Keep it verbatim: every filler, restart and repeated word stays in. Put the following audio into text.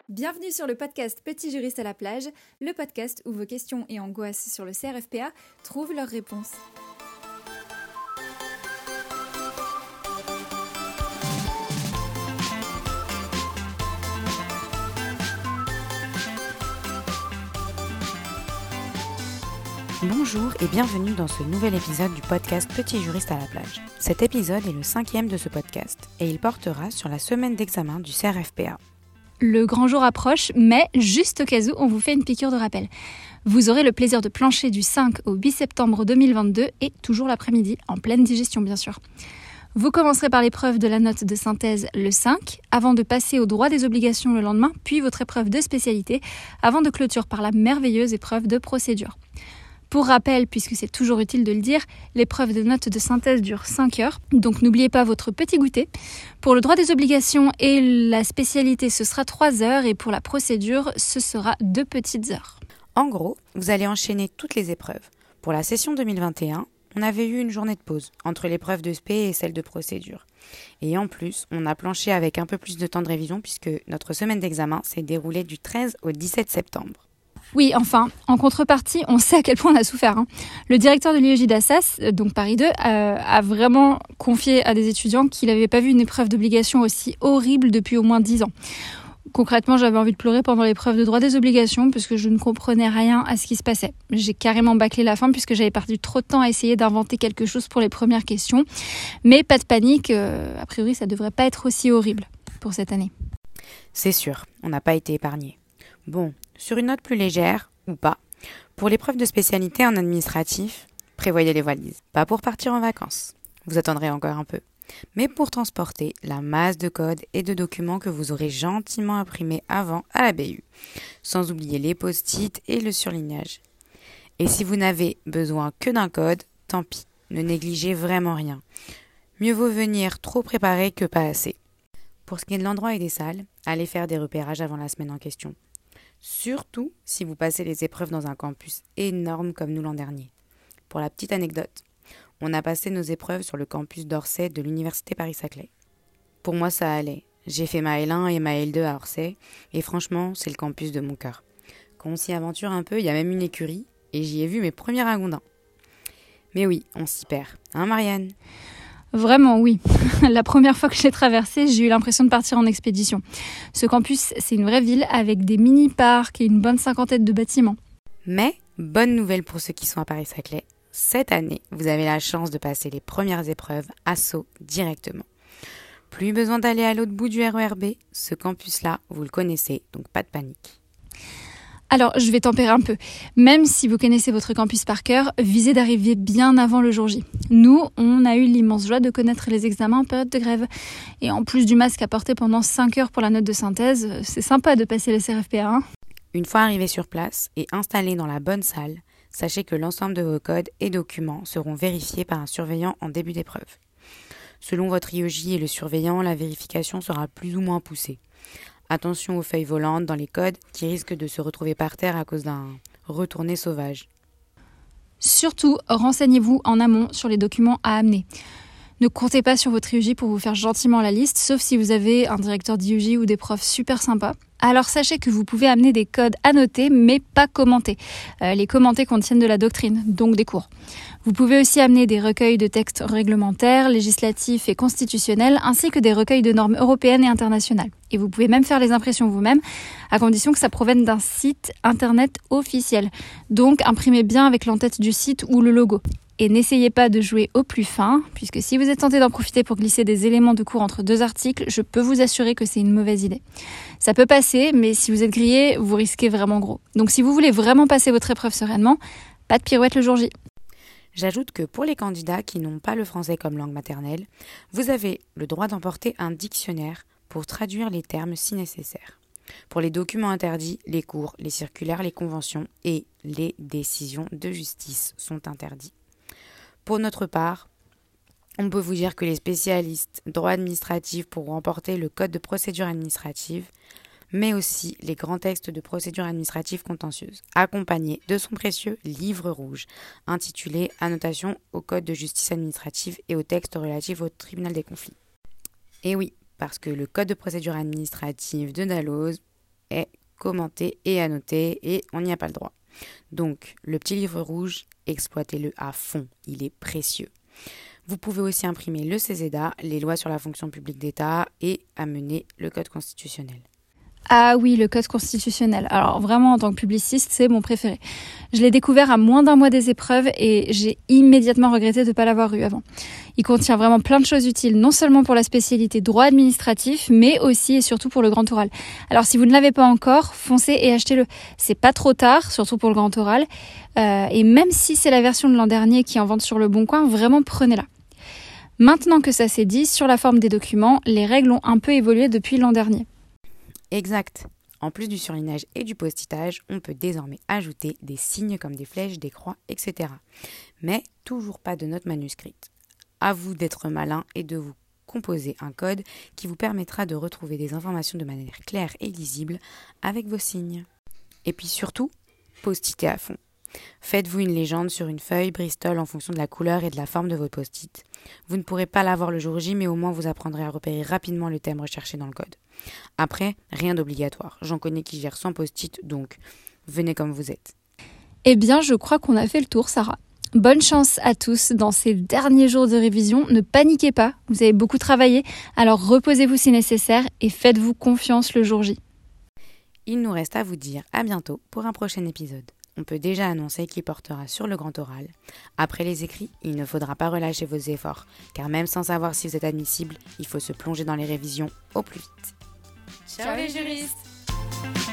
Bienvenue sur le podcast Petit juriste à la plage, le podcast où vos questions et angoisses sur le C R F P A trouvent leurs réponses. Bonjour et bienvenue dans ce nouvel épisode du podcast Petit juriste à la plage. Cet épisode est le cinquième de ce podcast et il portera sur la semaine d'examen du C R F P A. Le grand jour approche, mais juste au cas où, on vous fait une piqûre de rappel. Vous aurez le plaisir de plancher du cinq au huit septembre deux mille vingt-deux et toujours l'après-midi, en pleine digestion bien sûr. Vous commencerez par l'épreuve de la note de synthèse le cinq, avant de passer au droit des obligations le lendemain, puis votre épreuve de spécialité, avant de clôturer par la merveilleuse épreuve de procédure. Pour rappel, puisque c'est toujours utile de le dire, l'épreuve de notes de synthèse dure cinq heures, donc n'oubliez pas votre petit goûter. Pour le droit des obligations et la spécialité, ce sera trois heures, et pour la procédure, ce sera deux petites heures. En gros, vous allez enchaîner toutes les épreuves. Pour la session deux mille vingt et un, on avait eu une journée de pause entre l'épreuve de spé et celle de procédure. Et en plus, on a planché avec un peu plus de temps de révision puisque notre semaine d'examen s'est déroulée du treize au dix-sept septembre. Oui, enfin, en contrepartie, on sait à quel point on a souffert. Hein. Le directeur de l'I E J d'Assas, donc Paris deux, euh, a vraiment confié à des étudiants qu'il n'avait pas vu une épreuve d'obligation aussi horrible depuis au moins dix ans. Concrètement, j'avais envie de pleurer pendant l'épreuve de droit des obligations parce que je ne comprenais rien à ce qui se passait. J'ai carrément bâclé la fin puisque j'avais perdu trop de temps à essayer d'inventer quelque chose pour les premières questions. Mais pas de panique, euh, a priori ça ne devrait pas être aussi horrible pour cette année. C'est sûr, on n'a pas été épargnés. Bon, sur une note plus légère, ou pas, pour l'épreuve de spécialité en administratif, prévoyez les valises. Pas pour partir en vacances, vous attendrez encore un peu, mais pour transporter la masse de codes et de documents que vous aurez gentiment imprimés avant à la B U, sans oublier les post-it et le surlignage. Et si vous n'avez besoin que d'un code, tant pis, ne négligez vraiment rien. Mieux vaut venir trop préparé que pas assez. Pour ce qui est de l'endroit et des salles, allez faire des repérages avant la semaine en question. Surtout si vous passez les épreuves dans un campus énorme comme nous l'an dernier. Pour la petite anecdote, on a passé nos épreuves sur le campus d'Orsay de l'université Paris-Saclay. Pour moi, ça allait. J'ai fait ma L un et ma L deux à Orsay, et franchement, c'est le campus de mon cœur. Quand on s'y aventure un peu, il y a même une écurie, et j'y ai vu mes premiers ragondins. Mais oui, on s'y perd. Hein, Marianne ? Vraiment, oui. La première fois que je l'ai traversé, j'ai eu l'impression de partir en expédition. Ce campus, c'est une vraie ville avec des mini-parcs et une bonne cinquantaine de bâtiments. Mais, bonne nouvelle pour ceux qui sont à Paris-Saclay, cette année, vous avez la chance de passer les premières épreuves à Sceaux directement. Plus besoin d'aller à l'autre bout du R E R B, ce campus-là, vous le connaissez, donc pas de panique. Alors, je vais tempérer un peu. Même si vous connaissez votre campus par cœur, visez d'arriver bien avant le jour J. Nous, on a eu l'immense joie de connaître les examens en période de grève. Et en plus du masque à porter pendant cinq heures pour la note de synthèse, c'est sympa de passer le C R F P A. Hein. Une fois arrivé sur place et installé dans la bonne salle, sachez que l'ensemble de vos codes et documents seront vérifiés par un surveillant en début d'épreuve. Selon votre I E J et le surveillant, la vérification sera plus ou moins poussée. Attention aux feuilles volantes dans les codes qui risquent de se retrouver par terre à cause d'un retourné sauvage. Surtout, renseignez-vous en amont sur les documents à amener. Ne comptez pas sur votre I E J pour vous faire gentiment la liste, sauf si vous avez un directeur d'I E J ou des profs super sympas. Alors sachez que vous pouvez amener des codes annotés, mais pas commentés. Euh, les commentés contiennent de la doctrine, donc des cours. Vous pouvez aussi amener des recueils de textes réglementaires, législatifs et constitutionnels, ainsi que des recueils de normes européennes et internationales. Et vous pouvez même faire les impressions vous-même, à condition que ça provienne d'un site internet officiel. Donc imprimez bien avec l'entête du site ou le logo. Et n'essayez pas de jouer au plus fin, puisque si vous êtes tenté d'en profiter pour glisser des éléments de cours entre deux articles, je peux vous assurer que c'est une mauvaise idée. Ça peut passer, mais si vous êtes grillé, vous risquez vraiment gros. Donc si vous voulez vraiment passer votre épreuve sereinement, pas de pirouette le jour J. J'ajoute que pour les candidats qui n'ont pas le français comme langue maternelle, vous avez le droit d'emporter un dictionnaire pour traduire les termes si nécessaire. Pour les documents interdits, les cours, les circulaires, les conventions et les décisions de justice sont interdits. Pour notre part, on peut vous dire que les spécialistes droit administratif pourront emporter le code de procédure administrative, mais aussi les grands textes de procédure administrative contentieuse, accompagnés de son précieux livre rouge, intitulé « Annotation au code de justice administrative et aux textes relatifs au tribunal des conflits ». Et oui, parce que le code de procédure administrative de Dalloz, est commenté et annoté et on n'y a pas le droit. Donc, le petit livre rouge, exploitez-le à fond, il est précieux. Vous pouvez aussi imprimer le C E S E D A, les lois sur la fonction publique d'État et amener le code constitutionnel. Ah oui, le code constitutionnel. Alors vraiment, en tant que publiciste, c'est mon préféré. Je l'ai découvert à moins d'un mois des épreuves et j'ai immédiatement regretté de ne pas l'avoir eu avant. Il contient vraiment plein de choses utiles, non seulement pour la spécialité droit administratif, mais aussi et surtout pour le grand oral. Alors si vous ne l'avez pas encore, foncez et achetez-le. C'est pas trop tard, surtout pour le grand oral. Euh, et même si c'est la version de l'an dernier qui est en vente sur le Bon Coin, vraiment prenez-la. Maintenant que ça c'est dit, sur la forme des documents, les règles ont un peu évolué depuis l'an dernier. Exact. En plus du surlignage et du post-itage, on peut désormais ajouter des signes comme des flèches, des croix, et cetera. Mais toujours pas de notes manuscrites. À vous d'être malin et de vous composer un code qui vous permettra de retrouver des informations de manière claire et lisible avec vos signes. Et puis surtout, post-itez à fond. Faites-vous une légende sur une feuille Bristol en fonction de la couleur et de la forme de votre post-it. Vous ne pourrez pas l'avoir le jour J, mais au moins vous apprendrez à repérer rapidement le thème recherché dans le code. Après, rien d'obligatoire. J'en connais qui gèrent sans post-it, donc venez comme vous êtes. Eh bien, je crois qu'on a fait le tour, Sarah. Bonne chance à tous dans ces derniers jours de révision. Ne paniquez pas, vous avez beaucoup travaillé, alors reposez-vous si nécessaire et faites-vous confiance le jour J. Il nous reste à vous dire à bientôt pour un prochain épisode. On peut déjà annoncer qu'il portera sur le grand oral. Après les écrits, il ne faudra pas relâcher vos efforts, car même sans savoir si vous êtes admissible, il faut se plonger dans les révisions au plus vite. Ciao les juristes!